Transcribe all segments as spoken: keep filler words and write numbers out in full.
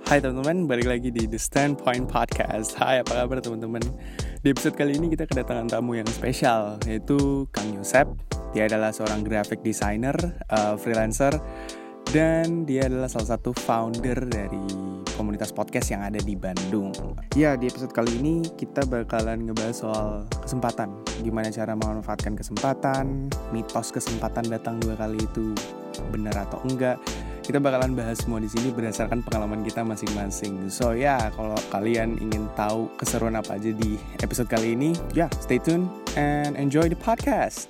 Hai teman-teman, balik lagi di The Standpoint Podcast. Hai, apa kabar teman-teman? Di episode kali ini kita kedatangan tamu yang spesial, yaitu Kang Yosep. Dia adalah seorang graphic designer, uh, freelancer, dan dia adalah salah satu founder dari komunitas podcast yang ada di Bandung. Ya, di episode kali ini kita bakalan ngebahas soal kesempatan. Gimana cara memanfaatkan kesempatan, mitos kesempatan datang dua kali itu benar atau enggak. Kita bakalan bahas semua di sini berdasarkan pengalaman kita masing-masing. So ya, yeah, kalau kalian ingin tahu keseruan apa aja di episode kali ini, ya yeah, stay tune and enjoy the podcast.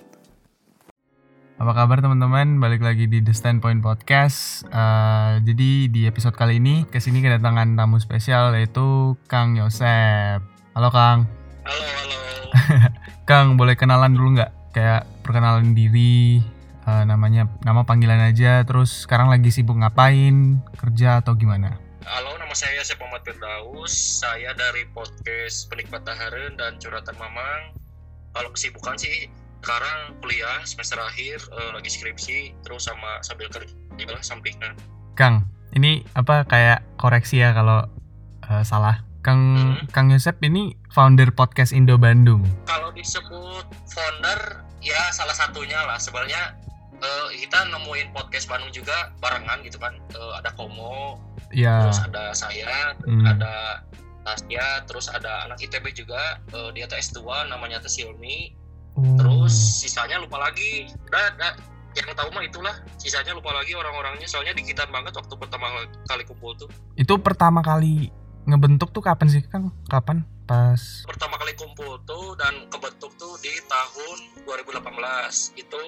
Apa kabar teman-teman? Balik lagi di The Standpoint Podcast. Uh, jadi di episode kali ini kesini kedatangan tamu spesial yaitu Kang Yosep. Halo Kang. Halo halo. Kang, boleh kenalan dulu nggak? Kayak perkenalan diri. Uh, namanya nama panggilan aja, terus sekarang lagi sibuk ngapain, kerja atau gimana? Halo, nama saya Yosep Muhammad Firdaus. Saya dari podcast Penikmat Dahareun dan Curhatan Mamang. Kalau kesibukan sih sekarang kuliah semester akhir, uh, lagi skripsi, terus sama sambil kerja lah sampingan. Kang, ini apa kayak koreksi ya kalau uh, salah. Kang hmm. Kang Yosep ini founder podcast Indo Bandung. Kalau disebut founder, ya salah satunya lah sebenarnya. Uh, kita nemuin podcast Bandung juga barengan gitu kan, uh, ada Komo, yeah. Terus ada saya, terus hmm. ada Tasya, terus ada anak I T B juga, uh, dia tuh S dua namanya tuh Silmi, hmm. Terus sisanya lupa lagi, udah, udah yang tahu mah itulah, sisanya lupa lagi orang-orangnya, soalnya dikitan banget waktu pertama kali kumpul tuh. Itu pertama kali ngebentuk tuh kapan sih Kang? Kapan? Pas pertama kali kumpul tuh dan kebentuk tuh di tahun dua ribu delapan belas itu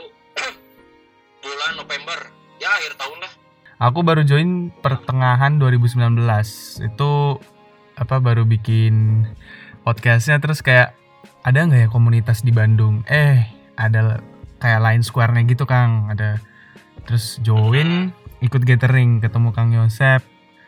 bulan November, ya akhir tahun lah. Aku baru join pertengahan dua ribu sembilan belas. Itu apa baru bikin podcastnya, terus kayak ada nggak ya komunitas di Bandung? Eh ada kayak Line Square-nya gitu Kang, ada. Terus join, ikut gathering, ketemu Kang Yosep,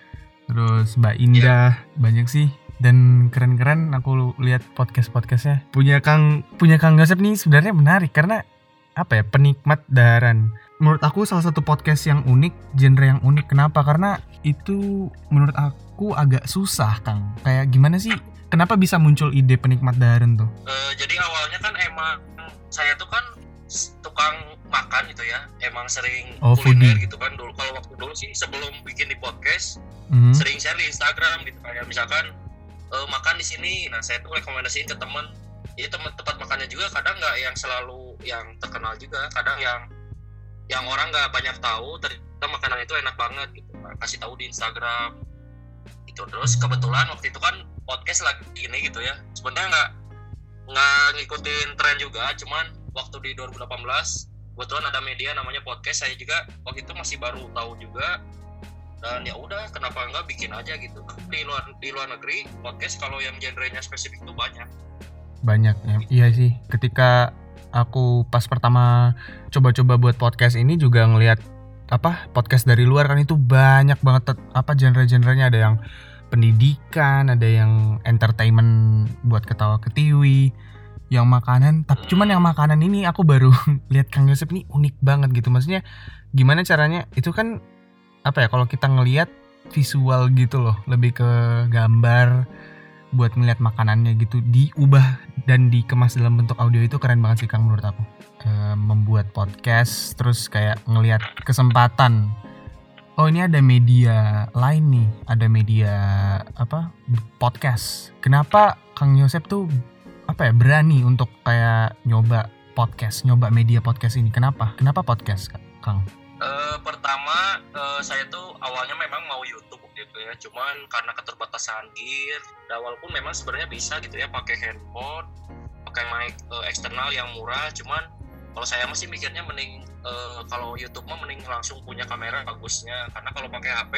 terus Mbak Indah, yeah. Banyak sih. Dan keren-keren aku lihat podcast-podcastnya. Punya Kang punya Kang Yosep nih sebenarnya menarik karena apa ya, penikmat daharan. Menurut aku salah satu podcast yang unik, genre yang unik. Kenapa? Karena itu menurut aku agak susah, Kang. Kayak gimana sih? Kenapa bisa muncul ide penikmat daharan tuh? Uh, jadi awalnya kan emang saya tuh kan tukang makan gitu ya. Emang sering oh, kuliner foodie. Gitu kan. Dulu kalau waktu dulu sih sebelum bikin di podcast, mm-hmm. sering share di Instagram gitu. Kayak misalkan uh, makan di sini. Nah saya tuh rekomendasiin ke temen. Jadi teman tempat makannya juga kadang nggak yang selalu yang terkenal juga, kadang yang yang orang nggak banyak tahu ternyata makanan itu enak banget gitu, kasih tahu di Instagram gitu. Terus kebetulan waktu itu kan podcast lagi gini gitu ya, sebenarnya nggak nggak ngikutin tren juga, cuman waktu di dua ribu delapan belas kebetulan ada media namanya podcast, saya juga waktu itu masih baru tahu juga, dan ya udah kenapa nggak bikin aja gitu. Di luar di luar negeri podcast kalau yang genrenya spesifik itu banyak. Banyak ya, iya sih. Ketika aku pas pertama coba-coba buat podcast ini juga ngelihat apa podcast dari luar kan itu banyak banget apa genre-genrenya, ada yang pendidikan, ada yang entertainment buat ketawa ketiwi, yang makanan. Tapi cuman yang makanan ini aku baru lihat Kang Yosep ini unik banget gitu. Maksudnya gimana caranya? Itu kan apa ya, kalau kita ngelihat visual gitu loh, lebih ke gambar buat ngeliat makanannya gitu, diubah dan dikemas dalam bentuk audio. Itu keren banget sih Kang menurut aku. E, membuat podcast terus kayak ngeliat kesempatan, oh ini ada media lain nih, ada media apa podcast. Kenapa Kang Yosep tuh apa ya berani untuk kayak nyoba podcast, nyoba media podcast ini? Kenapa? Kenapa podcast Kang? Uh, pertama uh, saya tuh awalnya memang mau YouTube gitu ya, cuman karena keterbatasan gear, dan walaupun memang sebenarnya bisa gitu ya pakai handphone, pakai mic uh, eksternal yang murah, cuman kalau saya masih mikirnya mending uh, kalau YouTube mah mending langsung punya kamera bagusnya, karena kalau pakai H P,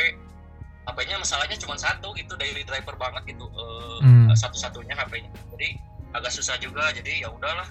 H P-nya masalahnya cuma satu gitu, daily driver banget gitu, uh, hmm. satu-satunya H P-nya, jadi agak susah juga, jadi ya udahlah.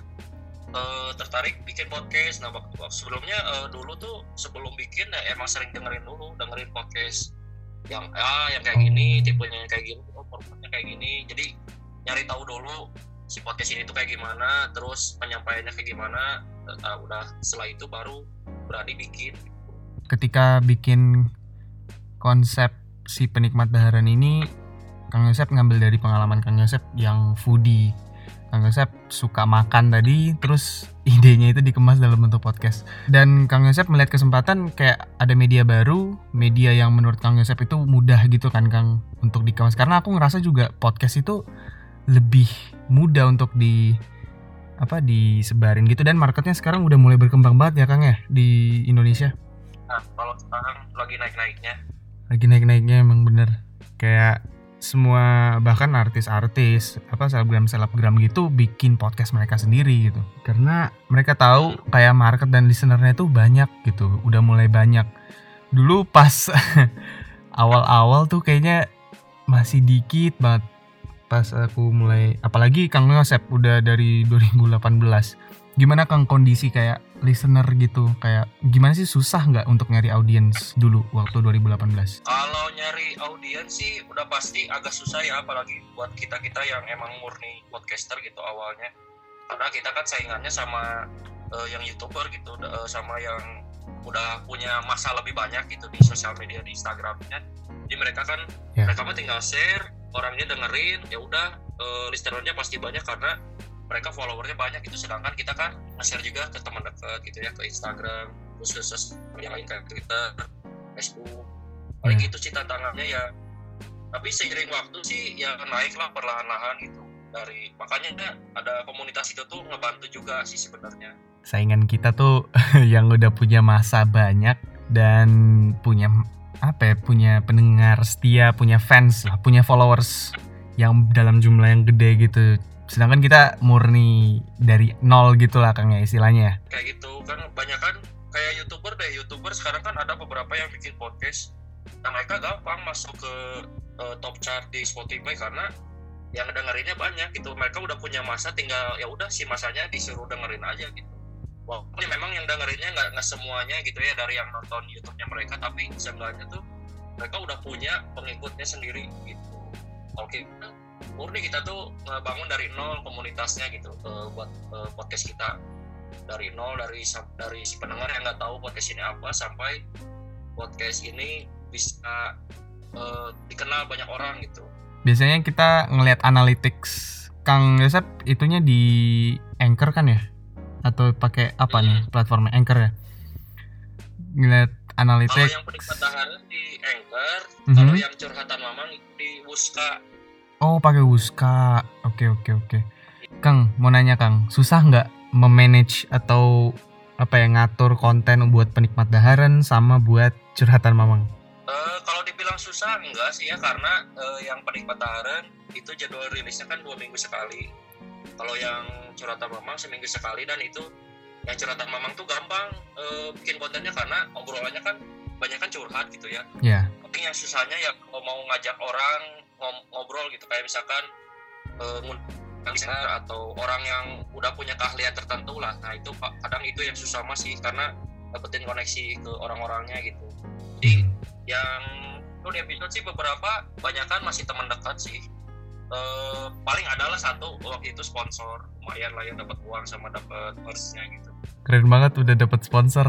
Uh, tertarik bikin podcast. Nah waktu sebelumnya uh, dulu tuh sebelum bikin ya, emang sering dengerin dulu dengerin podcast yang ah yang kayak gini, tipenya yang kayak gini, oh formatnya kayak gini, jadi nyari tahu dulu si podcast ini tuh kayak gimana, terus penyampaiannya kayak gimana. Uh, udah setelah itu baru berani bikin. Ketika bikin konsep si penikmat daharan ini Kang Yosep ngambil dari pengalaman Kang Yosep yang foodie. Kang Yosep suka makan tadi, terus idenya itu dikemas dalam bentuk podcast. Dan Kang Yosep melihat kesempatan kayak ada media baru, media yang menurut Kang Yosep itu mudah gitu kan Kang untuk dikemas. Karena aku ngerasa juga podcast itu lebih mudah untuk di apa disebarin gitu, dan marketnya sekarang udah mulai berkembang banget ya Kang ya di Indonesia. Nah, kalau sekarang lagi naik-naiknya. Lagi naik-naiknya emang bener. Kayak semua bahkan artis-artis apa selebgram-selebgram gitu bikin podcast mereka sendiri gitu, karena mereka tahu kayak market dan listenernya itu banyak gitu, udah mulai banyak. Dulu pas awal-awal tuh kayaknya masih dikit banget pas aku mulai, apalagi Kang Yosep udah dari dua ribu delapan belas. Gimana Kang kondisi kayak listener gitu, kayak gimana sih, susah nggak untuk nyari audiens dulu waktu dua ribu delapan belas? Kalau nyari audiens sih udah pasti agak susah ya, apalagi buat kita-kita yang emang murni podcaster gitu awalnya. Karena kita kan saingannya sama uh, yang YouTuber gitu, uh, sama yang udah punya masa lebih banyak gitu di sosial media, di Instagramnya. Jadi mereka kan yeah. mereka mah tinggal share, orangnya dengerin, ya udah uh, listenernya pasti banyak karena mereka followernya banyak gitu. Sedangkan kita kan nge-share juga ke teman dekat gitu ya, ke Instagram, khusus yang lain kayak Twitter, Facebook. Paling hmm. gitu sih tantangannya ya. Tapi seiring waktu sih ya naik lah perlahan-lahan gitu. Dari makanya ada komunitas itu tuh ngebantu juga sih sebenarnya. Saingan kita tuh yang udah punya masa banyak dan punya apa ya, punya pendengar setia, punya fans lah, punya followers yang dalam jumlah yang gede gitu. Sedangkan kita murni dari nol gitu lah Kang ya istilahnya. Kayak gitu kan, banyak kan kayak YouTuber deh, YouTuber sekarang kan ada beberapa yang bikin podcast. Nah mereka gampang masuk ke uh, top chart di Spotify karena yang dengerinnya banyak gitu. Mereka udah punya masa, tinggal ya udah si masanya disuruh dengerin aja gitu. Walaupun wow, memang yang dengerinnya nggak nggak semuanya gitu ya dari yang nonton YouTube-nya mereka, tapi seenggaknya tuh mereka udah punya pengikutnya sendiri gitu. Oke. Murni kita tuh bangun dari nol komunitasnya gitu, uh, buat uh, podcast kita dari nol, dari dari si pendengar yang nggak tahu podcast ini apa sampai podcast ini bisa uh, dikenal banyak orang gitu. Biasanya kita ngelihat analytics Kang Yosep itunya di Anchor kan ya, atau pakai apa hmm. nih platformnya Anchor ya? Ngelihat analytics. Kalau yang penikmat daharan di Anchor, mm-hmm. kalau yang curhatan mamang di Wuska. Oh, pakai Wuska. Oke, oke, oke. Kang, mau nanya Kang, susah nggak memanage atau apa ya, ngatur konten buat penikmat daharan sama buat curhatan mamang? Uh, kalau dibilang susah enggak sih ya, karena uh, yang penikmat daharan itu jadwal rilisnya kan dua minggu sekali. Kalau yang curhatan mamang seminggu sekali, dan itu yang curhatan mamang tuh gampang uh, bikin kontennya karena obrolannya kan banyak kan curhat gitu ya. Iya. Yeah. Tapi yang susahnya ya kalau mau ngajak orang ngobrol gitu, kayak misalkan uh, atau orang yang udah punya keahlian tertentu lah. Nah itu kadang itu yang susah masih, karena dapetin koneksi ke orang-orangnya gitu. Jadi yang tuh di episode sih beberapa banyak kan masih teman dekat sih. Uh, paling adalah satu waktu itu sponsor, lumayan lah yang dapat uang sama dapat merch-nya gitu. Keren banget udah dapat sponsor.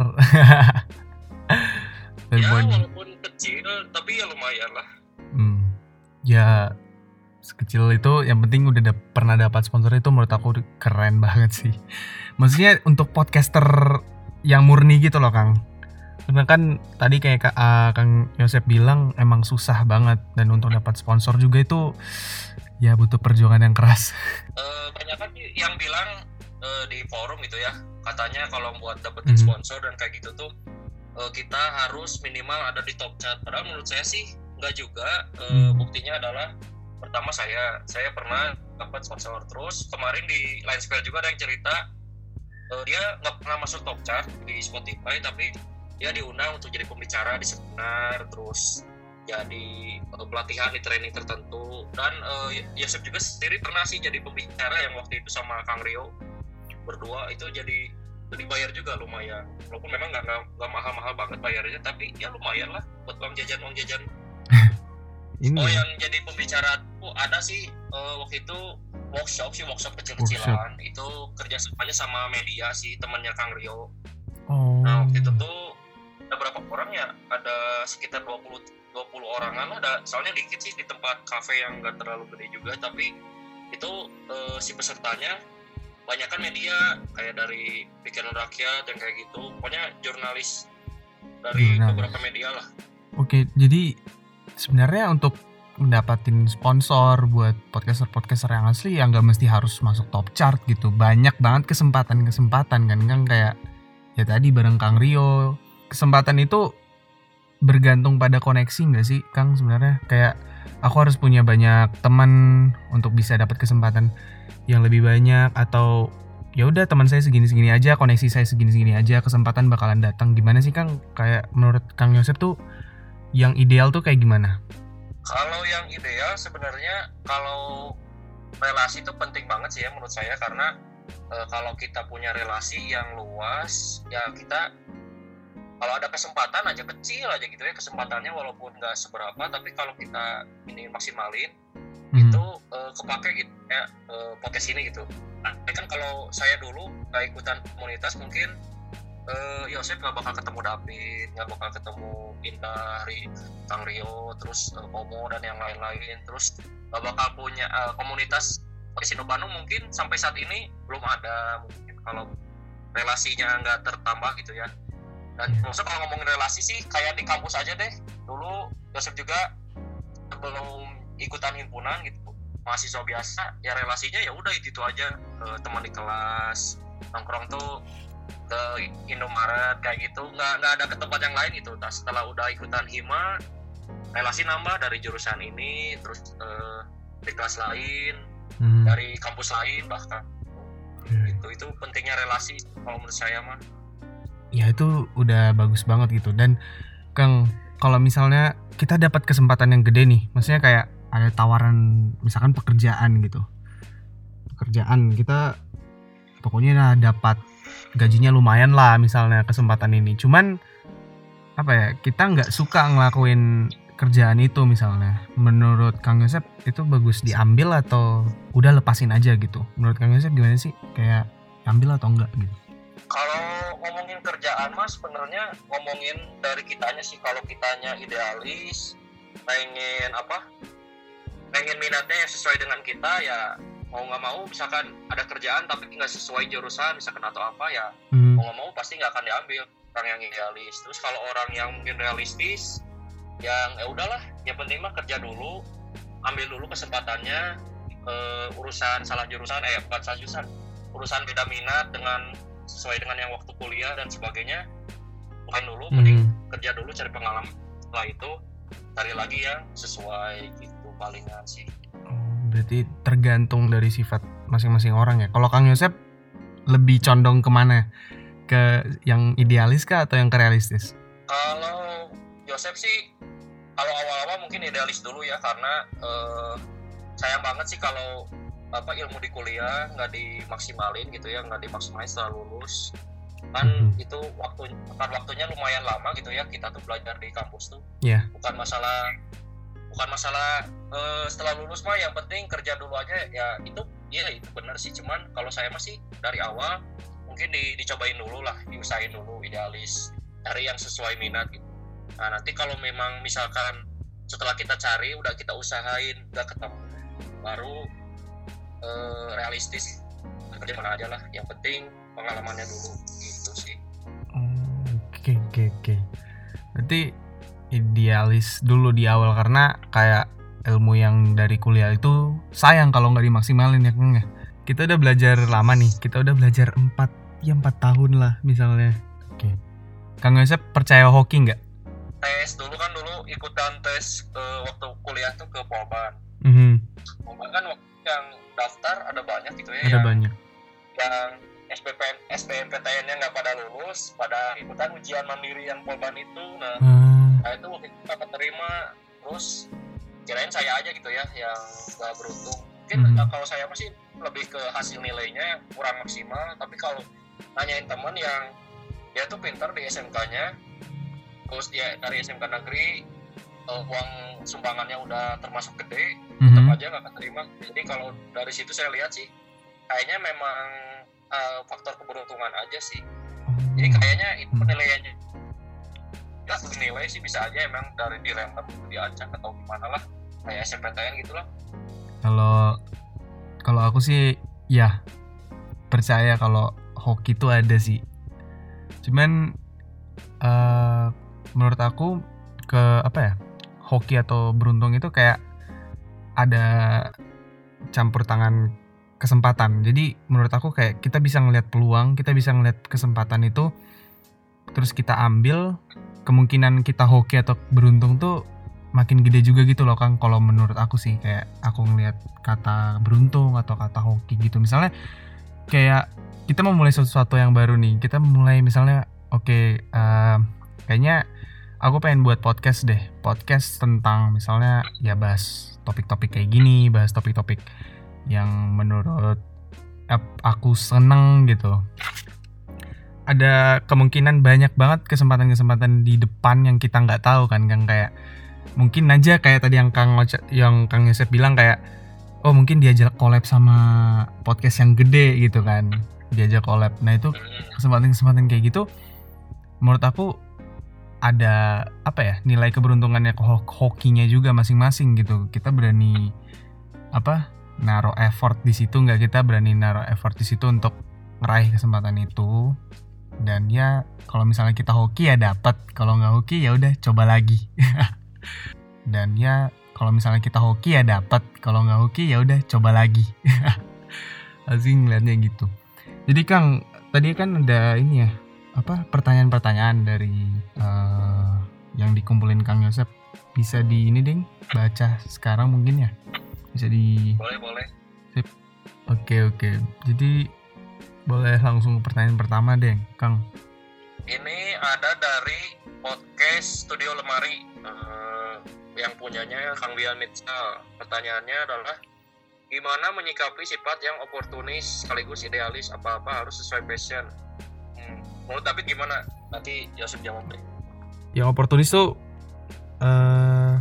Ya walaupun kecil tapi ya lumayan lah. Hmm. Ya sekecil itu yang penting udah da- pernah dapat sponsor, itu menurut aku keren banget sih. Maksudnya untuk podcaster yang murni gitu loh Kang. Karena kan tadi kayak uh, Kang Yosep bilang emang susah banget, dan untuk dapat sponsor juga itu ya butuh perjuangan yang keras. Uh, banyak kan yang bilang uh, di forum gitu ya, katanya kalau buat dapetin mm-hmm. sponsor dan kayak gitu tuh uh, kita harus minimal ada di top chart. Padahal menurut saya sih enggak juga. Uh, mm. Buktinya adalah pertama saya saya pernah dapat sponsor, terus kemarin di Line Square juga ada yang cerita uh, dia nggak pernah masuk top chart di Spotify, tapi dia diundang untuk jadi pembicara di seminar, terus jadi uh, pelatihan di training tertentu. Dan uh, Yosep juga sendiri pernah sih jadi pembicara yang waktu itu sama Kang Rio berdua, itu jadi dibayar juga lumayan, walaupun memang nggak nggak mahal-mahal banget bayarnya, tapi ya lumayan lah buat uang jajan uang jajan. Ini. Oh yang jadi pembicara tuh ada sih uh, waktu itu workshop sih workshop kecil-kecilan, workshop. Itu kerjasamanya sama media sih, temannya Kang Rio. Oh. Nah waktu itu tuh ada berapa orang ya, ada sekitar dua puluh dua puluh orangan lah, ada, soalnya dikit sih di tempat kafe yang nggak terlalu gede juga, tapi itu uh, si pesertanya banyak kan media kayak dari Pikiran Rakyat yang kayak gitu, pokoknya jurnalis dari Jurnalis. beberapa media lah. Oke, jadi sebenarnya untuk mendapatin sponsor buat podcaster-podcaster yang asli yang nggak mesti harus masuk top chart gitu. Banyak banget kesempatan-kesempatan kan, kan kayak ya tadi bareng Kang Rio. Kesempatan itu bergantung pada koneksi nggak sih Kang sebenarnya? Kayak aku harus punya banyak teman untuk bisa dapat kesempatan yang lebih banyak, atau ya udah teman saya segini-segini aja, koneksi saya segini-segini aja, kesempatan bakalan datang. Gimana sih Kang? Kayak menurut Kang Yosep tuh yang ideal tuh kayak gimana? Kalau yang ideal sebenarnya kalau relasi itu penting banget sih ya menurut saya, karena e, kalau kita punya relasi yang luas ya kita kalau ada kesempatan aja kecil aja gitu ya kesempatannya, walaupun nggak seberapa, tapi kalau kita ini maksimalin hmm. itu e, kepake gitu ya e, podcast ini gitu. Nah, kan kalau saya dulu nggak ikutan komunitas mungkin Uh, Yosep nggak bakal ketemu David, nggak bakal ketemu Indah, Kang Rio, terus uh, Pomo dan yang lain-lain, terus nggak bakal punya uh, komunitas Sino Bandung mungkin sampai saat ini belum ada, mungkin kalau relasinya nggak tertambah gitu ya. Dan maksud kalau ngomongin relasi sih kayak di kampus aja deh, dulu Yosep juga belum ikutan himpunan gitu, mahasiswa biasa, ya relasinya ya udah itu aja, uh, teman di kelas, nongkrong tuh ke Indomaret kayak gitu, nggak nggak ada ke tempat yang lain gitu. Nah, setelah udah ikutan hima, relasi nambah dari jurusan ini, terus uh, di kelas lain, hmm. dari kampus lain bahkan. Hmm. Itu itu pentingnya relasi kalau menurut saya mah. Ya itu udah bagus banget gitu. Dan Kang, kalau misalnya kita dapat kesempatan yang gede nih, maksudnya kayak ada tawaran misalkan pekerjaan gitu, pekerjaan kita pokoknya nah dapat gajinya lumayan lah misalnya kesempatan ini, cuman apa ya, kita nggak suka ngelakuin kerjaan itu misalnya. Menurut Kang Yosep itu bagus diambil atau udah lepasin aja gitu? Menurut Kang Yosep gimana sih, kayak ambil atau enggak gitu? Kalau ngomongin kerjaan mas, sebenarnya ngomongin dari kitanya sih. Kalau kitanya idealis, pengen apa, pengen minatnya yang sesuai dengan kita ya, mau nggak mau misalkan ada kerjaan tapi nggak sesuai jurusan misalkan atau apa ya, hmm. mau nggak mau pasti nggak akan diambil orang yang idealis. Terus kalau orang yang mungkin realistis, yang ya udahlah, yang penting mah kerja dulu, ambil dulu kesempatannya, uh, urusan salah jurusan, eh bukan salah jurusan, urusan beda minat dengan sesuai dengan yang waktu kuliah dan sebagainya, bukan dulu, mending hmm. kerja dulu, cari pengalaman, setelah itu cari lagi yang sesuai gitu palingan sih. Berarti tergantung dari sifat masing-masing orang ya. Kalau Kang Yosep lebih condong kemana? Ke yang idealis kah atau yang ke realistis? Kalau Yosep sih, kalau awal-awal mungkin idealis dulu ya, karena eh, sayang banget sih kalau apa ilmu di kuliah nggak dimaksimalin gitu ya, nggak dimaksimalin setelah lulus. Kan mm-hmm. itu waktu, kan waktunya lumayan lama gitu ya kita tuh belajar di kampus tuh. Yeah. Bukan masalah bukan masalah uh, setelah lulus mah yang penting kerja dulu aja ya, itu ya itu benar sih. Cuman kalau saya masih dari awal mungkin di, dicobain dulu lah, diusahain dulu idealis, cari yang sesuai minat gitu. Nah nanti kalau memang misalkan setelah kita cari udah kita usahain nggak ketemu, baru uh, realistis kerja mana aja lah, yang penting pengalamannya dulu gitu sih. Oke oke oke. Berarti idealis dulu di awal, karena kayak ilmu yang dari kuliah itu sayang kalau nggak dimaksimalin ya Kang ya. Kita udah belajar lama nih, kita udah belajar empat ya empat tahun lah misalnya. Oke. Kang Yosep percaya hoki nggak? Tes dulu kan, dulu ikutan tes uh, waktu kuliah tuh ke Polban. Mm-hmm. Polban kan waktu yang daftar ada banyak gitu ya. Ada yang, banyak. Yang S B P N, S B M P T N-nya nggak pada lulus, pada ikutan ujian mandiri yang Polban itu. Nah, hmm. nah itu waktu itu nggak keterima, terus kirain saya aja gitu ya yang nggak beruntung. Mungkin hmm. nah, kalau saya masih lebih ke hasil nilainya kurang maksimal, tapi kalau nanyain teman yang dia tuh pintar di S M K-nya, terus dia dari S M K negeri, uh, uang sumbangannya udah termasuk gede, hmm. tetap aja nggak keterima. Jadi kalau dari situ saya lihat sih, kayaknya memang uh, faktor keberuntungan aja sih. Jadi kayaknya itu penilaiannya kita nilai sih bisa aja emang dari di random diacak atau gimana lah, kayak S M P T N gitu lah. Kalau kalau aku sih ya percaya kalau hoki itu ada sih. Cuman uh, menurut aku ke apa ya, hoki atau beruntung itu kayak ada campur tangan kesempatan. Jadi menurut aku kayak kita bisa ngelihat peluang, kita bisa ngelihat kesempatan itu, terus kita ambil, kemungkinan kita hoki atau beruntung tuh makin gede juga gitu loh Kang. Kalau menurut aku sih kayak aku ngelihat kata beruntung atau kata hoki gitu. Misalnya kayak kita mau mulai sesuatu yang baru nih, kita mulai misalnya oke okay, uh, kayaknya aku pengen buat podcast deh, podcast tentang misalnya ya bahas topik-topik kayak gini, bahas topik-topik yang menurut aku seneng gitu. Ada kemungkinan banyak banget kesempatan-kesempatan di depan yang kita nggak tahu kan, Kang. Kayak mungkin aja kayak tadi yang Kang yang Kang Yosep bilang kayak oh mungkin diajak collab sama podcast yang gede gitu kan, diajak collab. Nah itu kesempatan-kesempatan kayak gitu menurut aku ada apa ya, nilai keberuntungannya, hokinya juga masing-masing gitu. Kita berani apa naruh effort di situ, nggak kita berani naruh effort di situ untuk ngeraih kesempatan itu. Dan ya kalau misalnya kita hoki ya dapat, kalau nggak hoki ya udah coba lagi. Dan ya kalau misalnya kita hoki ya dapat, kalau nggak hoki ya udah coba lagi. Asing ngeliatnya gitu. Jadi Kang tadi kan ada ini ya, apa pertanyaan-pertanyaan dari uh, yang dikumpulin Kang Yosep, bisa di ini ding baca sekarang mungkin ya, bisa di boleh boleh sip. Oke oke jadi boleh langsung ke pertanyaan pertama deh Kang. Ini ada dari podcast Studio Lemari uh, yang punyanya Kang Bian Mitsal. Pertanyaannya adalah gimana menyikapi sifat yang oportunis sekaligus idealis, apa-apa harus sesuai passion. Menurut David gimana? Nanti Yosef jawab deh. Yang oportunis tuh uh,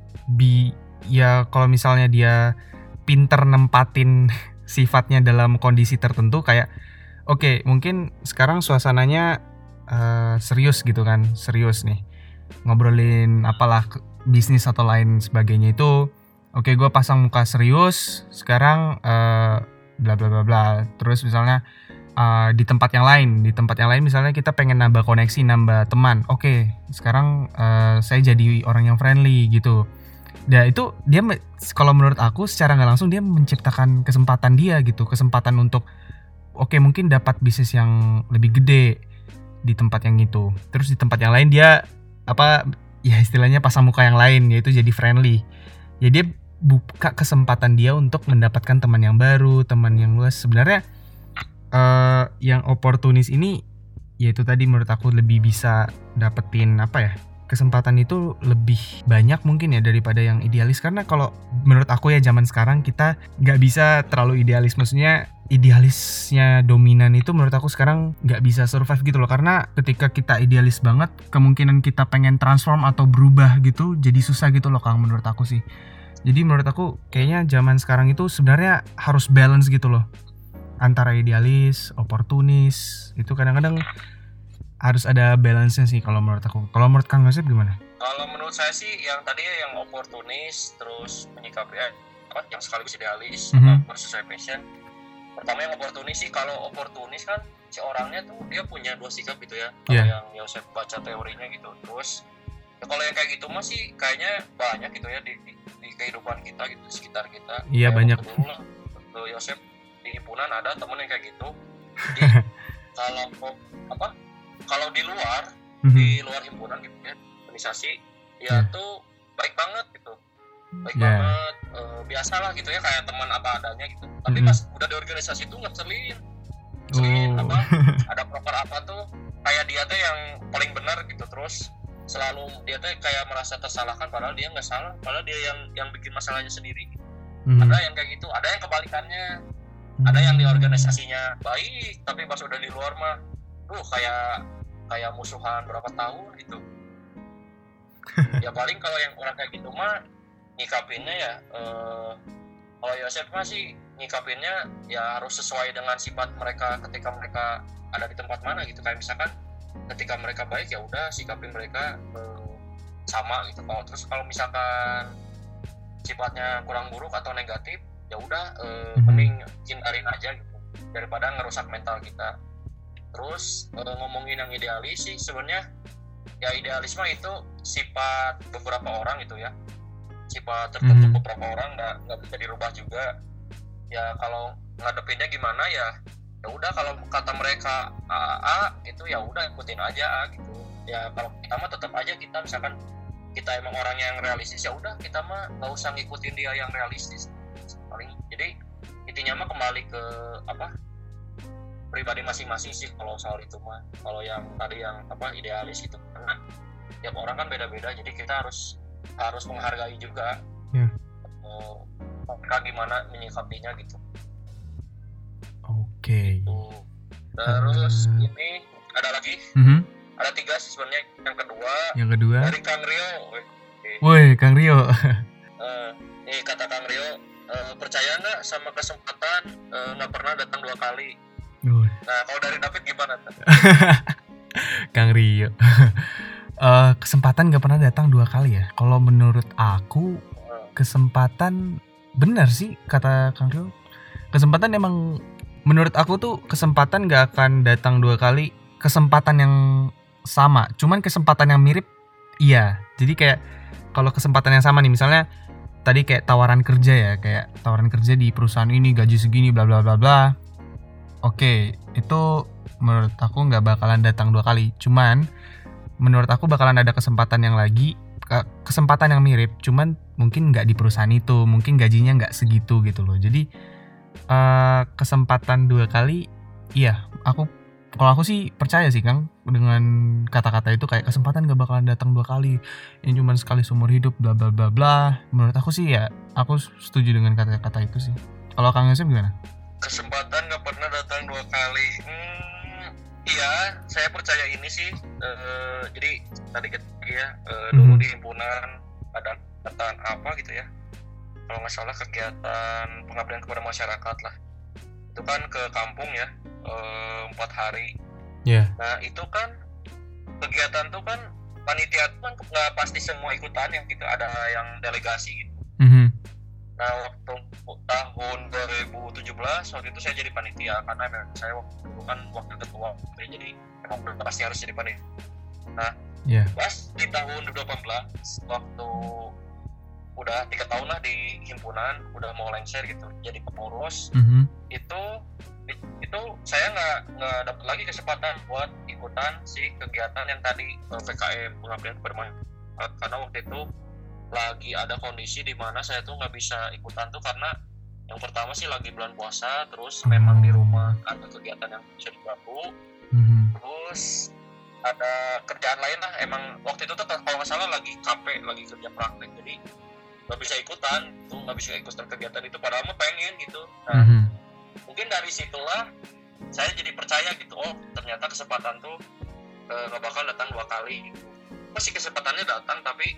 bi ya kalau misalnya dia pinter nempatin sifatnya dalam kondisi tertentu, kayak oke okay, mungkin sekarang suasananya uh, serius gitu kan, serius nih ngobrolin apalah bisnis atau lain sebagainya itu. Oke okay, gue pasang muka serius sekarang uh, bla bla bla bla. Terus misalnya Uh, di tempat yang lain, di tempat yang lain misalnya kita pengen nambah koneksi, nambah teman. Oke, okay, sekarang uh, saya jadi orang yang friendly gitu. Dan itu dia kalau menurut aku secara nggak langsung dia menciptakan kesempatan dia gitu, kesempatan untuk oke okay, mungkin dapat bisnis yang lebih gede di tempat yang itu. Terus di tempat yang lain dia apa ya istilahnya pasang muka yang lain, yaitu jadi friendly. Ya dia buka kesempatan dia untuk mendapatkan teman yang baru, teman yang luas. Sebenarnya Uh, yang oportunis ini yaitu tadi menurut aku lebih bisa dapetin apa ya, kesempatan itu lebih banyak mungkin ya daripada yang idealis. Karena kalau menurut aku ya zaman sekarang kita gak bisa terlalu idealis, maksudnya idealisnya dominan itu menurut aku sekarang gak bisa survive gitu loh. Karena ketika kita idealis banget, kemungkinan kita pengen transform atau berubah gitu jadi susah gitu loh Kang, menurut aku sih. Jadi menurut aku kayaknya zaman sekarang itu sebenarnya harus balance gitu loh, antara idealis, oportunis, itu kadang-kadang harus ada balance-nya sih kalau menurut aku. Kalau menurut Kang Yosep gimana? Kalau menurut saya sih yang tadi yang oportunis, terus menyikapi eh, apa yang sekaligus idealis, mm-hmm. apa sesuai passion. Pertama yang oportunis sih, kalau oportunis kan si orangnya tuh dia punya dua sikap gitu ya. Kalau yeah. yang Yosep baca teorinya gitu. Terus ya kalau yang kayak gitu masih kayaknya banyak gitu ya di, di, di kehidupan kita gitu, di sekitar kita. Iya yeah, banyak. Tuh Yosep di himpunan ada temen yang kayak gitu. Jadi kalau apa kalau di luar mm-hmm. di luar himpunan gitu ya, organisasi ya yeah. tuh baik banget gitu, baik yeah. banget e, biasalah gitu ya, kayak teman apa adanya gitu. Tapi mm-hmm. pas udah di organisasi tuh ngeselin ngeselin oh. apa ada proper apa tuh kayak dia tuh yang paling benar gitu, terus selalu dia tuh kayak merasa tersalahkan padahal dia nggak salah, padahal dia yang yang bikin masalahnya sendiri. Mm-hmm. Ada yang kayak gitu, ada yang kebalikannya. Ada yang di organisasinya baik, tapi pas udah di luar mah, tuh kayak kayak musuhan berapa tahun gitu. Ya paling kalau yang orang kayak gitu mah nyikapinnya ya, eh, kalau Yosef mah sih nyikapinnya ya harus sesuai dengan sifat mereka ketika mereka ada di tempat mana gitu. Kayak misalkan ketika mereka baik ya udah sikapin mereka uh, sama gitu. Kalau terus kalau misalkan sifatnya kurang buruk atau negatif ya udah uh, Mhm. mending hindarin aja gitu daripada ngerusak mental kita. Terus uh, ngomongin yang idealis sih sebenarnya ya idealisme itu sifat beberapa orang gitu ya, sifat tertentu Mhm. beberapa orang nggak nggak bisa dirubah juga. Ya kalau ngadepinnya gimana ya ya udah kalau kata mereka A A A itu ya udah ikutin aja A gitu. Ya kalau kita mah tetap aja kita misalkan kita emang orang yang realistis ya udah kita mah nggak usah ngikutin dia yang realistis paling. Jadi intinya mah kembali ke apa pribadi masing-masing sih kalau soal itu mah. Kalau yang tadi yang apa idealis gitu karena tiap orang kan beda-beda jadi kita harus harus menghargai juga Ya. uh, mereka gimana menyikapinya gitu. Oke. Tuh. Terus Eh. ini ada lagi Mhm. ada tiga sih sebenarnya. Yang kedua Yang kedua, dari Kang Rio. woi Kang Rio. Uh, nih kata Kang Rio, uh, percaya nggak sama kesempatan uh, nggak pernah datang dua kali. Woi, Nah kalau dari David gimana? Tuh? Kang Rio. Eh, kesempatan gak pernah datang dua kali ya. Kalau menurut aku kesempatan benar sih kata Kang Rio. Kesempatan emang menurut aku tuh kesempatan gak akan datang dua kali. Kesempatan yang sama, cuman kesempatan yang mirip iya. Jadi kayak kalau kesempatan yang sama nih misalnya tadi kayak tawaran kerja ya, kayak tawaran kerja di perusahaan ini gaji segini bla bla bla bla. Oke, itu menurut aku nggak bakalan datang dua kali. Cuman menurut aku bakalan ada kesempatan yang lagi ke- kesempatan yang mirip, cuman mungkin nggak di perusahaan itu, mungkin gajinya nggak segitu gitu loh. Jadi eh, kesempatan dua kali, iya. Aku kalau aku sih percaya sih Kang dengan kata-kata itu kayak kesempatan nggak bakalan datang dua kali. Ini cuma sekali seumur hidup, bla bla bla bla. Menurut aku sih ya, aku setuju dengan kata-kata itu sih. Kalau Kang Yosef gimana? Kesempatan nggak pernah datang dua kali. Hmm, iya, saya percaya ini sih. Eh, jadi tadi ketika ya eh, dulu Mhm. di himpunan ada kegiatan apa gitu ya. Kalau nggak salah kegiatan pengabdian kepada masyarakat lah. Itu kan ke kampung ya eh, empat hari. Iya. Nah itu kan kegiatan tuh kan panitia tuh kan nggak pasti semua ikutan yang gitu, ada yang delegasi gitu. Mhm. Nah waktu tahun dua ribu tujuh belas waktu itu saya jadi panitia karena memang saya waktu itu kan wakil ketua, jadi memang udah pasti harus jadi panitia. Nah Iya. pas di tahun dua ribu delapan belas waktu udah tiga tahun lah di himpunan, udah mau lengser gitu jadi pengurus, Mhm. itu itu saya nggak nggak dapat lagi kesempatan buat ikutan si kegiatan yang tadi eh, P K M pengabdian kepada masyarakat karena waktu itu lagi ada kondisi di mana saya tuh nggak bisa ikutan tuh karena yang pertama sih lagi bulan puasa, terus memang di rumah ada kegiatan yang bisa diganggu, Mhm. terus ada kerjaan lain lah. Emang waktu itu tuh kalau nggak salah lagi K P, lagi kerja praktek, jadi nggak bisa ikutan tuh, nggak bisa ikutan kegiatan itu padahal mah pengen gitu. Nah Mhm. mungkin dari situlah saya jadi percaya gitu, oh ternyata kesempatan tuh eh, nggak bakal datang dua kali gitu. Masih kesempatannya datang tapi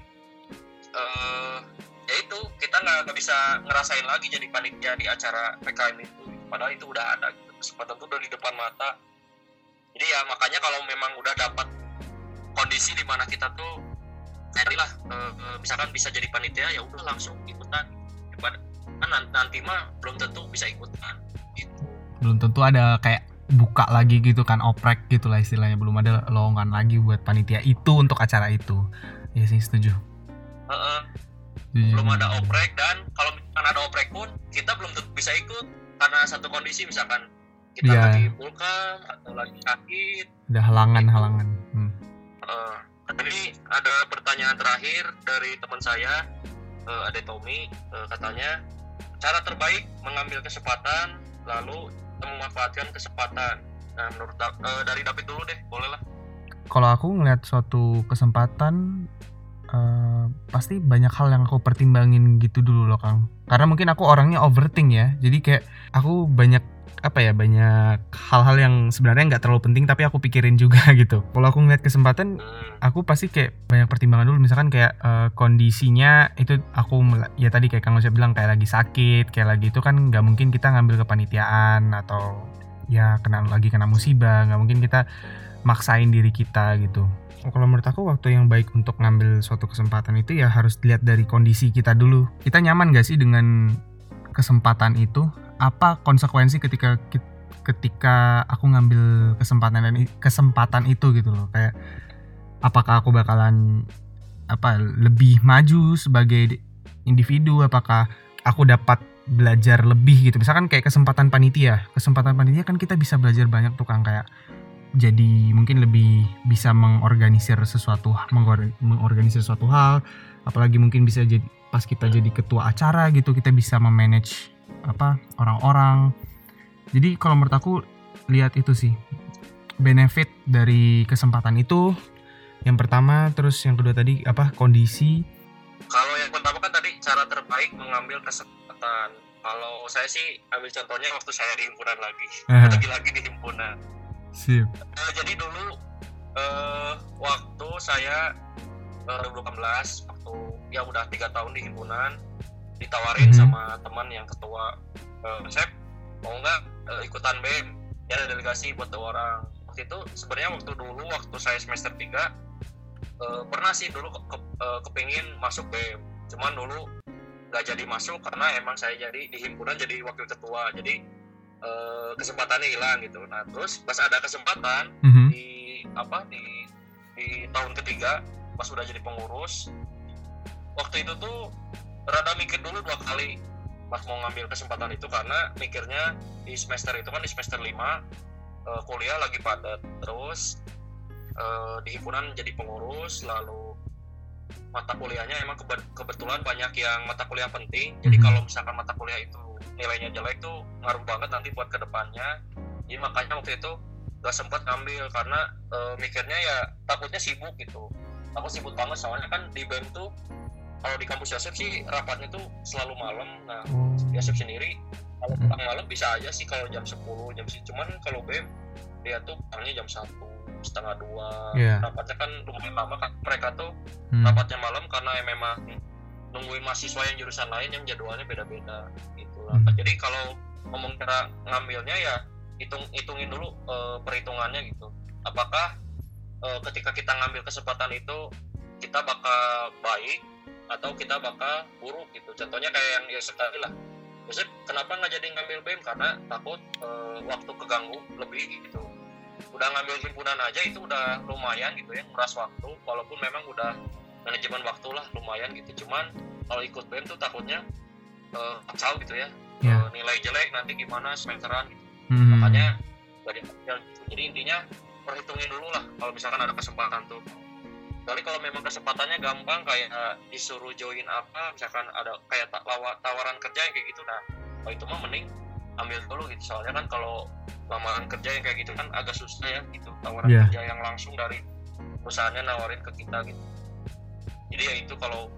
eh, ya itu kita nggak nggak bisa ngerasain lagi jadi panitia di acara P K M itu, padahal itu udah ada gitu. Kesempatan tuh udah di depan mata. Jadi ya makanya kalau memang udah dapat kondisi di mana kita tuh carilah eh, misalkan bisa jadi panitia ya udah langsung ikutan. Kan nanti mah belum tentu bisa ikutan gitu. Belum tentu ada kayak buka lagi gitu kan, oprek gitu lah istilahnya, belum ada lowongan lagi buat panitia itu untuk acara itu. Ya sih setuju. Heeh. Setuju. Belum ada oprek, dan kalau misalkan ada oprek pun kita belum tentu bisa ikut karena satu kondisi misalkan kita Iya. lagi vulkan atau lagi sakit. Ada halangan-halangan. Hmm. Uh, ini ada pertanyaan terakhir dari teman saya, uh, Ade Tommy, uh, katanya cara terbaik mengambil kesempatan lalu memanfaatkan kesempatan. Nah menurut uh, dari David dulu deh, boleh lah. Kalau aku ngelihat suatu kesempatan uh, pasti banyak hal yang aku pertimbangin gitu dulu loh Kang. Karena mungkin aku orangnya overthink ya. Jadi kayak aku banyak apa ya banyak hal-hal yang sebenarnya nggak terlalu penting tapi aku pikirin juga gitu. Kalau aku ngeliat kesempatan, Hmm. aku pasti kayak banyak pertimbangan dulu. Misalkan kayak uh, kondisinya itu aku ya tadi kayak Kang Yosef bilang kayak lagi sakit, kayak lagi itu kan nggak mungkin kita ngambil kepanitiaan atau ya kena lagi kena musibah, nggak mungkin kita maksain diri kita gitu. Kalau menurut aku waktu yang baik untuk ngambil suatu kesempatan itu ya harus dilihat dari kondisi kita dulu. Kita nyaman gak sih dengan kesempatan itu? Apa konsekuensi ketika ketika aku ngambil kesempatan dan kesempatan itu gitu loh. Kayak apakah aku bakalan apa lebih maju sebagai individu, apakah aku dapat belajar lebih gitu. Misalkan kayak kesempatan panitia. Kesempatan panitia kan kita bisa belajar banyak tuh Kang, kayak jadi mungkin lebih bisa mengorganisir sesuatu mengor- mengorganisir sesuatu hal, apalagi mungkin bisa jadi pas kita jadi ketua acara gitu, kita bisa memanage apa orang-orang. Jadi kalau menurut aku lihat itu sih benefit dari kesempatan itu yang pertama, terus yang kedua tadi apa kondisi. Kalau yang pertama kan tadi cara terbaik mengambil kesempatan. Kalau saya sih ambil contohnya waktu saya di himpunan lagi, lagi-lagi di himpunan. Sip. Uh, jadi dulu uh, waktu saya uh, dua ribu delapan belas waktu ya udah tiga tahun di himpunan, ditawarin mm-hmm. sama teman yang ketua, uh, Sep mau nggak uh, ikutan B E M, ya ada delegasi buat dua orang. Waktu itu sebenarnya waktu dulu waktu saya semester tiga uh, pernah sih dulu ke, ke, uh, kepingin masuk B E M, cuman dulu nggak jadi masuk karena emang saya jadi di himpunan jadi wakil ketua, jadi Uh, kesempatannya hilang gitu. Nah terus pas ada kesempatan mm-hmm. di apa di di tahun ketiga pas udah jadi pengurus, waktu itu tuh rada mikir dulu dua kali pas mau ngambil kesempatan itu, karena mikirnya di semester itu kan di semester lima uh, kuliah lagi padat, terus uh, di himpunan jadi pengurus, lalu mata kuliahnya emang kebetulan banyak yang mata kuliah penting, jadi mm-hmm. kalau misalkan mata kuliah itu nilainya jelek tuh ngaruh banget nanti buat kedepannya. Jadi makanya waktu itu gak sempat ngambil karena e, mikirnya ya takutnya sibuk gitu. Aku sibuk banget soalnya kan di B E M tuh kalau di kampus Yosep sih rapatnya tuh selalu malam. Nah Yosep sendiri kalau pulang malam bisa aja sih kalau jam sepuluh jam sih, cuman kalau B E M dia tuh pulangnya jam satu setengah dua. Yeah. Rapatnya kan lumayan lama kan, mereka tuh hmm. rapatnya malam karena ya memang nungguin mahasiswa yang jurusan lain yang jadwalnya beda-beda gitu lah. Hmm. Jadi kalau ngomong cara ngambilnya ya hitung hitungin dulu e, perhitungannya gitu. Apakah e, ketika kita ngambil kesempatan itu kita bakal baik atau kita bakal buruk gitu. Contohnya kayak yang Yosef tadi lah. Yosef kenapa nggak jadi ngambil B E M? Karena takut e, waktu keganggu lebih gitu. Udah ngambil himpunan aja itu udah lumayan gitu ya, nguras waktu, walaupun memang udah manajemen waktu lah lumayan gitu. Cuman kalau ikut B E M tuh takutnya uh, kacau gitu ya, yeah. uh, nilai jelek nanti gimana semesteran gitu. Mm-hmm. Makanya gak diambil gitu. Jadi intinya perhitungin dulu lah kalau misalkan ada kesempatan tuh. Kali kalau memang kesempatannya gampang kayak uh, disuruh join apa, misalkan ada kayak tawaran kerja yang kayak gitu, nah kalau itu mah mending ambil dulu gitu. Soalnya kan kalau lamaran kerja yang kayak gitu kan agak susah ya gitu, tawaran yeah. kerja yang langsung dari perusahaannya nawarin ke kita gitu. Jadi ya itu kalau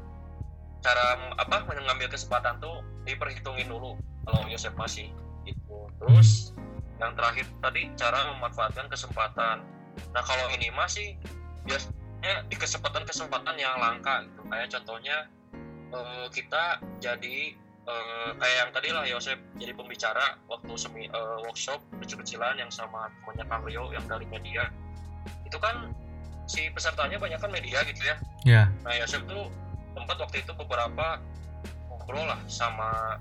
cara apa mengambil kesempatan tuh diperhitungin dulu kalau Yosef masih gitu. Terus yang terakhir tadi cara memanfaatkan kesempatan. Nah kalau ini masih biasanya di kesempatan-kesempatan yang langka gitu. Kayak contohnya eh, kita jadi eh, kayak yang tadi lah Yosef jadi pembicara waktu semi eh, workshop kecil-kecilan yang sama temannya Kang Rio yang dari media. Itu kan si pesertanya banyak kan media gitu ya. Yeah. Nah Yosef tuh tempat waktu itu beberapa ngobrol lah sama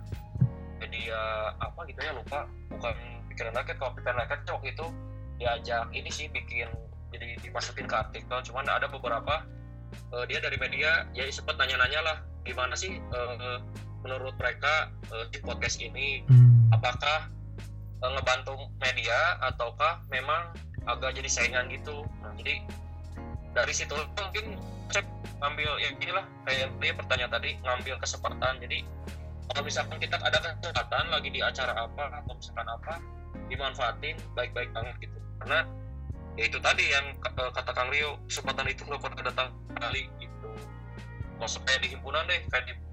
media apa gitu ya, lupa, bukan Pikiran Rakyat. Kalau Pikiran Rakyat waktu itu diajak ini sih bikin, jadi dimasukin ke artikel, cuman ada beberapa uh, dia dari media ya sempat nanya-nanya lah gimana sih uh, menurut mereka uh, di podcast ini hmm. apakah uh, ngebantu media ataukah memang agak jadi saingan gitu. Nah jadi dari situ mungkin saya ngambil ya inilah kayak dia pertanyaan tadi, ngambil kesempatan. Jadi kalau misalkan kita ada kesempatan lagi di acara apa atau misalkan apa, dimanfaatin baik-baik banget gitu. Karena ya itu tadi yang kata Kang Rio, kesempatan itu nggak pernah datang kali gitu. Maksudnya kayak di himpunan deh, kayak di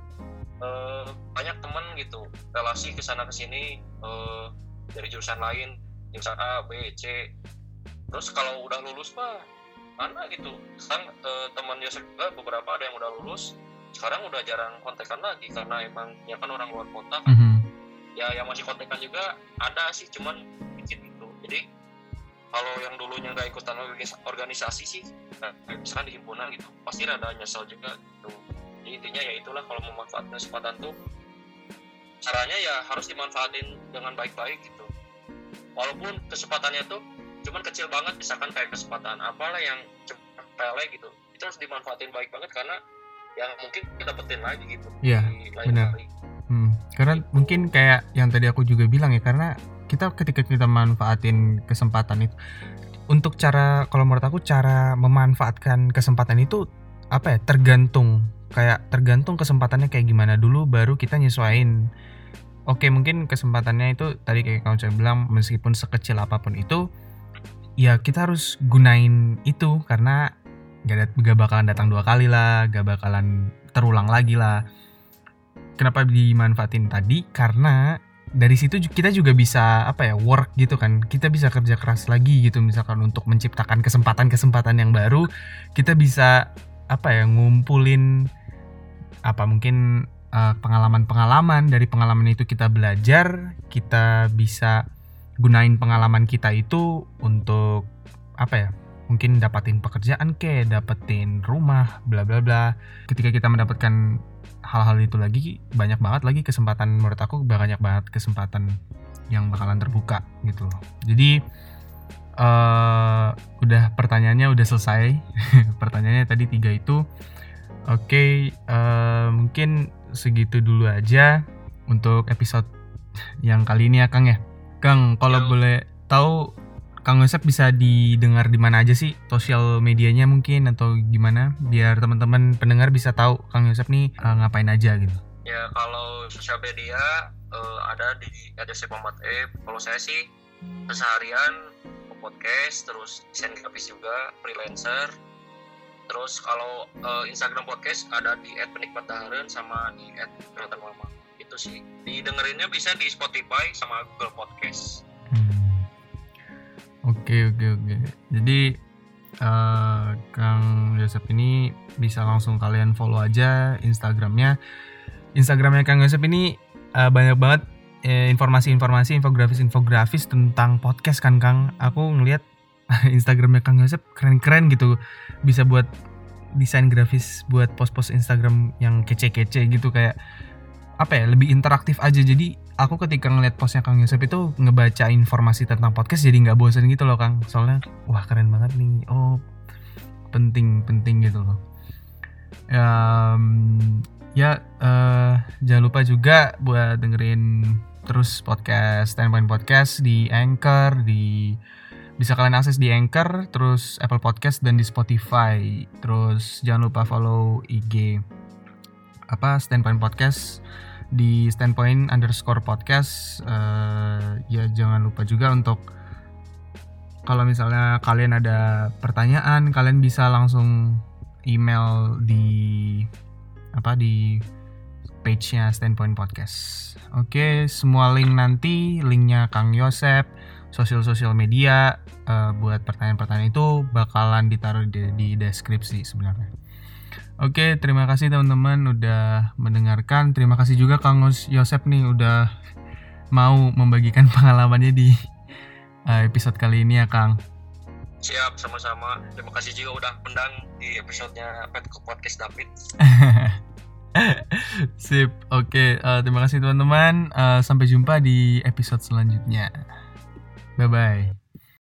eh, banyak teman gitu, relasi kesana kesini eh, dari jurusan lain, jurusan A, B, C. Terus kalau udah lulus mah mana gitu. Sekarang eh, teman Yosef juga beberapa ada yang udah lulus, sekarang udah jarang kontekan lagi karena emang ya kan orang luar kota kan. Mm-hmm. Ya yang masih kontekan juga ada sih, cuman dikit gitu. Jadi kalau yang dulunya nggak ikutan organisasi sih, nah, misalkan di himpunan gitu, pasti rada nyesel juga gitu. Jadi intinya ya itulah, kalau memanfaatkan kesempatan tuh caranya ya harus dimanfaatin dengan baik-baik gitu. Walaupun kesempatannya tuh cuman kecil banget, misalkan kayak kesempatan apalah yang sepele gitu, itu harus dimanfaatin baik banget karena yang mungkin kita dapetin lagi gitu. Iya, di lain benar. hari. Hmm, karena Gitu. mungkin kayak yang tadi aku juga bilang ya, karena kita ketika kita manfaatin kesempatan itu, untuk cara, kalau menurut aku cara memanfaatkan kesempatan itu apa ya, tergantung, kayak tergantung kesempatannya kayak gimana dulu baru kita nyesuaiin. Oke, mungkin kesempatannya itu tadi kayak kamu saya bilang, meskipun sekecil apapun itu ya kita harus gunain itu, karena gak, gak bakalan datang dua kali lah, gak bakalan terulang lagi lah. Kenapa dimanfaatin tadi? Karena dari situ kita juga bisa apa ya, work gitu kan, kita bisa kerja keras lagi gitu, misalkan untuk menciptakan kesempatan-kesempatan yang baru. Kita bisa apa ya, ngumpulin apa mungkin uh, pengalaman-pengalaman, dari pengalaman itu kita belajar, kita bisa gunain pengalaman kita itu untuk apa ya, mungkin dapatin pekerjaan ke, dapetin rumah, bla bla bla. Ketika kita mendapatkan hal-hal itu lagi, banyak banget lagi kesempatan, menurut aku banyak banget kesempatan yang bakalan terbuka gitu loh. Jadi uh, udah pertanyaannya udah selesai. Pertanyaannya tadi tiga itu. Oke, okay, uh, mungkin segitu dulu aja untuk episode yang kali ini ya Kang ya. Kang, kalau boleh tahu Kang Yosep bisa didengar di mana aja sih, sosial medianya mungkin atau gimana, biar teman-teman pendengar bisa tahu Kang Yosep nih uh, ngapain aja gitu. Ya kalau sosial media uh, ada di at yosep muhammad e. Kalau saya sih keseharian podcast, terus desain grafis juga, freelancer. Terus kalau uh, Instagram podcast ada di at penikmat dahareun sama di at kelihatan mama. Itu sih. Didengerinnya bisa di Spotify sama Google Podcast. Hmm. Oke oke oke. Jadi uh, Kang Yosep ini bisa langsung kalian follow aja Instagramnya. Instagramnya Kang Yosep ini uh, banyak banget eh, informasi-informasi, infografis-infografis tentang podcast kan Kang. Aku ngelihat Instagramnya Kang Yosep keren-keren gitu. Bisa buat desain grafis, buat post-post Instagram yang kece-kece gitu, kayak apa ya, lebih interaktif aja. Jadi aku ketika ngeliat postnya Kang Yosep itu ngebaca informasi tentang podcast jadi nggak bosan gitu loh Kang. Soalnya wah keren banget nih. Oh penting-penting gitu loh. Um, ya uh, jangan lupa juga buat dengerin terus podcast Standpoint Podcast di Anchor, di bisa kalian akses di Anchor, terus Apple Podcast dan di Spotify. Terus jangan lupa follow I G apa Standpoint Podcast di standpoint underscore podcast. Uh, ya jangan lupa juga untuk kalau misalnya kalian ada pertanyaan, kalian bisa langsung email di apa di page-nya Standpoint Podcast. Oke, semua link nanti, linknya Kang Yosep, sosial-sosial media uh, buat pertanyaan-pertanyaan itu bakalan ditaruh di, di deskripsi sebenarnya. Oke, terima kasih teman-teman udah mendengarkan. Terima kasih juga Kang Yosep nih udah mau membagikan pengalamannya di uh, episode kali ini ya Kang. Siap, sama-sama. Terima kasih juga udah undang di episodenya Petco Podcast David. Sip, oke. Uh, terima kasih teman-teman. Uh, sampai jumpa di episode selanjutnya. Bye-bye.